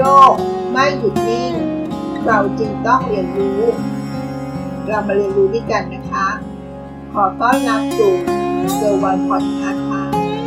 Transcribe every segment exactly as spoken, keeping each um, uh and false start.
ลกไม่หยุดนิ่งเราจึงต้องเรียนรู้เรามาเรียนรู้ด้วยกันนะคะขอต้อนรับสู่เซอร์วันพอดคาสต์ค่ะ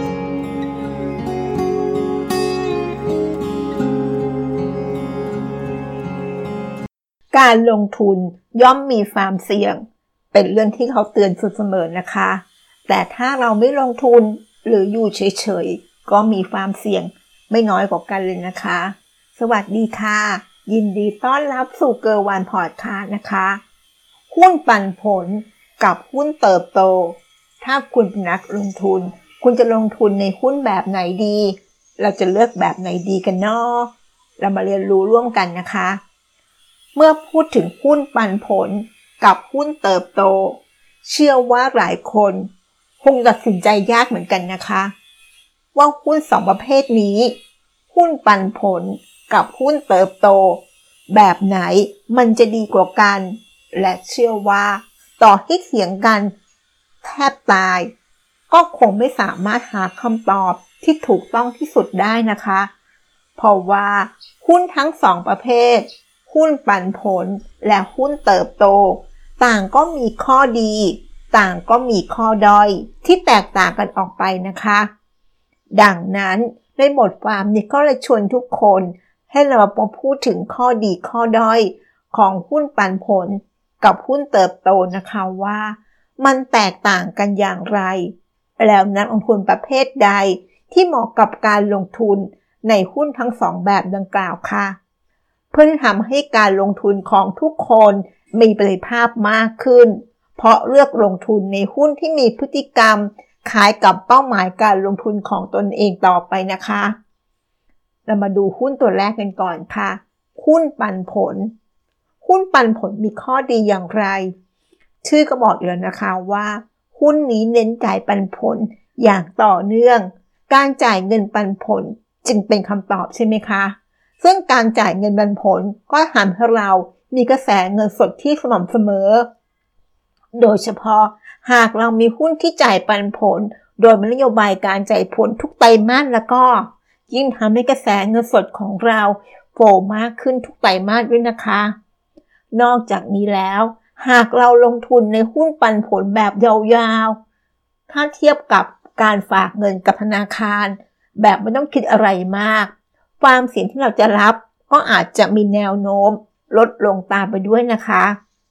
การลงทุนย่อมมีความเสี่ยงเป็นเรื่องที่เขาเตือนเสมอนะคะแต่ถ้าเราไม่ลงทุนหรืออยู่เฉยๆก็มีความเสี่ยงไม่น้อยกว่ากันเลยนะคะสวัสดีค่ะยินดีต้อนรับสู่เกอร์วันพอดคาสต์นะคะหุ้นปันผลกับหุ้นเติบโตถ้าคุณเป็นนักลงทุนคุณจะลงทุนในหุ้นแบบไหนดีเราจะเลือกแบบไหนดีกันเนาะเรามาเรียนรู้ร่วมกันนะคะเมื่อพูดถึงหุ้นปันผลกับหุ้นเติบโตเชื่อว่าหลายคนคงตัดสินใจยากเหมือนกันนะคะว่าหุ้นสองประเภทนี้หุ้นปันผลกับหุ้นเติบโตแบบไหนมันจะดีกว่ากันและเชื่อว่าต่อให้เถียงกันแทบตายก็คงไม่สามารถหาคำตอบที่ถูกต้องที่สุดได้นะคะเพราะว่าหุ้นทั้งสองประเภทหุ้นปันผลและหุ้นเติบโตต่างก็มีข้อดีต่างก็มีข้อด้อยที่แตกต่างกันออกไปนะคะดังนั้นในบทความนี้ก็เลยชวนทุกคนให้เรามาพูดถึงข้อดีข้อด้อยของหุ้นปันผลกับหุ้นเติบโตนะคะว่ามันแตกต่างกันอย่างไรแล้วนักลงทุนประเภทใดที่เหมาะกับการลงทุนในหุ้นทั้งสองแบบดังกล่าวค่ะเพื่อทำให้การลงทุนของทุกคนมีประสิทธิภาพมากขึ้นเพราะเลือกลงทุนในหุ้นที่มีพฤติกรรมคล้ายกับเป้าหมายการลงทุนของตนเองต่อไปนะคะเรามาดูหุ้นตัวแรกกันก่อนค่ะหุ้นปันผลหุ้นปันผลมีข้อดีอย่างไรชื่อก็บอกอยู่แล้วนะคะว่าหุ้นนี้เน้นจ่ายปันผลอย่างต่อเนื่องการจ่ายเงินปันผลจึงเป็นคำตอบใช่ไหมคะซึ่งการจ่ายเงินปันผลก็ทำให้เรามีกระแสเงินสดที่สม่ำเสมอโดยเฉพาะหากเรามีหุ้นที่จ่ายปันผลโดยมีนโยบายการจ่ายผลทุกไตรมาสแล้วก็ยิ่งทำให้กระแสเงินสดของเราโฟลว์มากขึ้นทุกไตรมาสด้วยนะคะนอกจากนี้แล้วหากเราลงทุนในหุ้นปันผลแบบยาวๆถ้าเทียบกับการฝากเงินกับธนาคารแบบไม่ต้องคิดอะไรมากความเสี่ยงที่เราจะรับก็อาจจะมีแนวโน้มลดลงตามไปด้วยนะคะ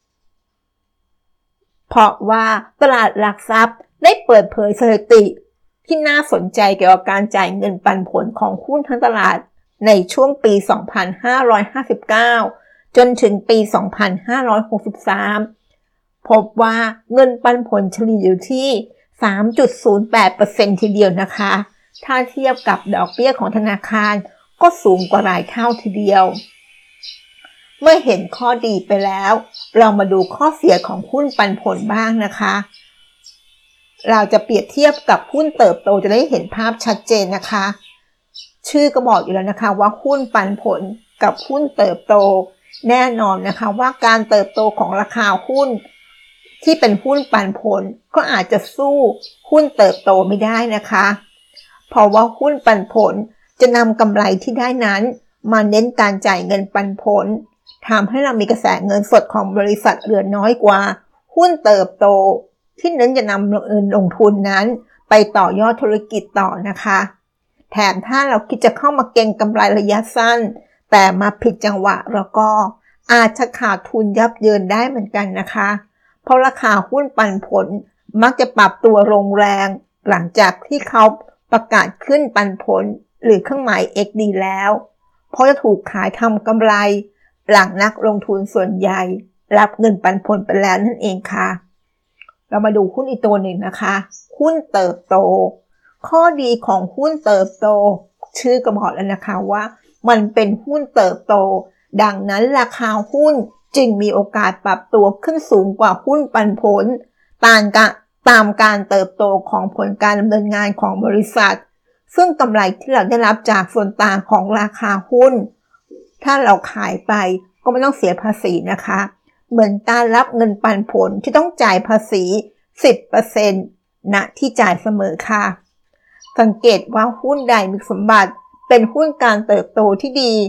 เพราะว่าตลาดหลักทรัพย์ได้เปิดเผยสถิติที่น่าสนใจเกี่ยวกับการจ่ายเงินปันผลของหุ้นทั้งตลาดในช่วงปี สองพันห้าร้อยห้าสิบเก้า จนถึงปี สองพันห้าร้อยหกสิบสาม พบว่าเงินปันผลเฉลี่ยอยู่ที่ สามจุดศูนย์แปดเปอร์เซ็นต์ ทีเดียวนะคะถ้าเทียบกับดอกเบี้ยของธนาคารก็สูงกว่าหลายเท่าทีเดียวเมื่อเห็นข้อดีไปแล้วเรามาดูข้อเสียของหุ้นปันผลบ้างนะคะเราจะเปรียบเทียบกับหุ้นเติบโตจะได้เห็นภาพชัดเจนนะคะชื่อก็บอกอยู่แล้วนะคะว่าหุ้นปันผลกับหุ้นเติบโตแน่นอนนะคะว่าการเติบโตของราคาหุ้นที่เป็นหุ้นปันผลก็อาจจะสู้หุ้นเติบโตไม่ได้นะคะเพราะว่าหุ้นปันผลจะนำกำไรที่ได้นั้นมาเน้นการจ่ายเงินปันผลทำให้เรามีกระแสเงินสดของบริษัทเหลือน้อยกว่าหุ้นเติบโตที่เน้นจะนำเงินลงทุนนั้นไปต่อยอดธุรกิจต่อนะคะแถมถ้าเราคิดจะเข้ามาเก็งกำไรระยะสั้นแต่มาผิดจังหวะแล้วก็อาจจะขาดทุนยับเยินได้เหมือนกันนะคะเพราะราคาหุ้นปันผลมักจะปรับตัวลงแรงหลังจากที่เขาประกาศขึ้นปันผลหรือเครื่องหมาย เอ็กซ์ ดี แล้วเพราะจะถูกขายทำกำไรหลังนักลงทุนส่วนใหญ่รับเงินปันผลไปแล้วนั่นเองค่ะเรามาดูหุ้นอีกตัวหนึ่งนะคะหุ้นเติบโตข้อดีของหุ้นเติบโตชื่อก็บอกแล้วนะคะว่ามันเป็นหุ้นเติบโตดังนั้นราคาหุ้นจึงมีโอกาสปรับตัวขึ้นสูงกว่าหุ้นปันผลตามการตามการเติบโตของผลการดำเนินงานของบริษัทซึ่งกำไรที่เราได้รับจากส่วนต่างของราคาหุ้นถ้าเราขายไปก็ไม่ต้องเสียภาษีนะคะเหมือนการรับเงินปันผลที่ต้องจ่ายภาษี สิบเปอร์เซ็นต์ ณที่จ่ายเสมอค่ะสังเกตว่าหุ้นใดมีสมบัติเป็นหุ้นการเติบโตที่ดี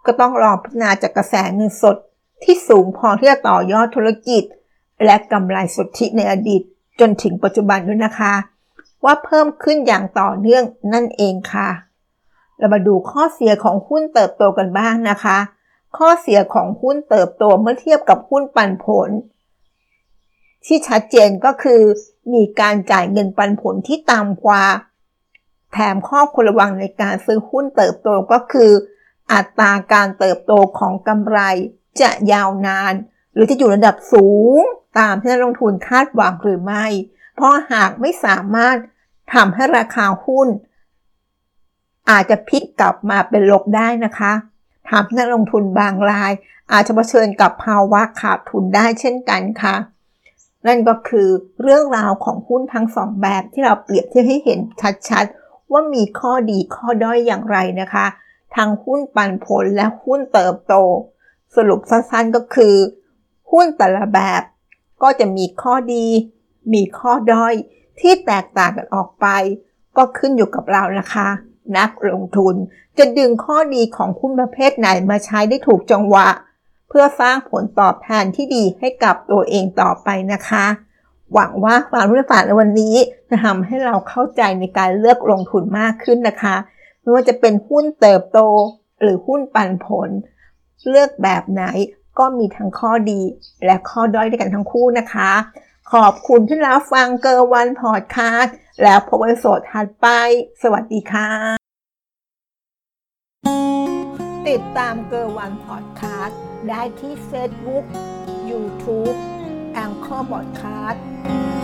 ก็ต้องรอพิจารณาจากกระแสเงินสดที่สูงพอที่จะต่อยอดธุรกิจและกำไรสุทธิในอดีตจนถึงปัจจุบันด้วยนะคะว่าเพิ่มขึ้นอย่างต่อเนื่องนั่นเองค่ะเรามาดูข้อเสียของหุ้นเติบโตกันบ้างนะคะข้อเสียของหุ้นเติบโตเมื่อเทียบกับหุ้นปันผลที่ชัดเจนก็คือมีการจ่ายเงินปันผลที่ต่ำกว่าแถมข้อควรระวังในการซื้อหุ้นเติบโตก็คืออัตราการเติบโตของกำไรจะยาวนานหรือจะอยู่ระดับสูงตามที่นักลงทุนคาดหวังหรือไม่เพราะหากไม่สามารถทำให้ราคาหุ้นอาจจะพลิกกลับมาเป็นลบได้นะคะทำให้นักลงทุนบางรายอาจจะเผชิญกับภาวะขาดทุนได้เช่นกันค่ะนั่นก็คือเรื่องราวของหุ้นทั้งสองแบบที่เราเปรียบเทียบให้เห็นชัดๆว่ามีข้อดีข้อด้อยอย่างไรนะคะทั้งหุ้นปันผลและหุ้นเติบโตสรุปสั้นๆก็คือหุ้นแต่ละแบบก็จะมีข้อดีมีข้อด้อยที่แตกต่างกันออกไปก็ขึ้นอยู่กับเรานะคะนักลงทุนจะดึงข้อดีของหุ้นประเภทไหนมาใช้ได้ถูกจังหวะเพื่อสร้างผลตอบแทนที่ดีให้กับตัวเองต่อไปนะคะหวังว่าความรู้ฝากในวันนี้จะทำให้เราเข้าใจในการเลือกลงทุนมากขึ้นนะคะไม่ว่าจะเป็นหุ้นเติบโตหรือหุ้นปันผลเลือกแบบไหนก็มีทั้งข้อดีและข้อด้อยด้วยกันทั้งคู่นะคะขอบคุณที่รับฟังเกอร์วันพอดคาสต์แล้วพบกันในสดถัดไปสวัสดีค่ะติดตามเกอร์วันพอดคาสต์ได้ที่ Facebook YouTube Anchor Podcast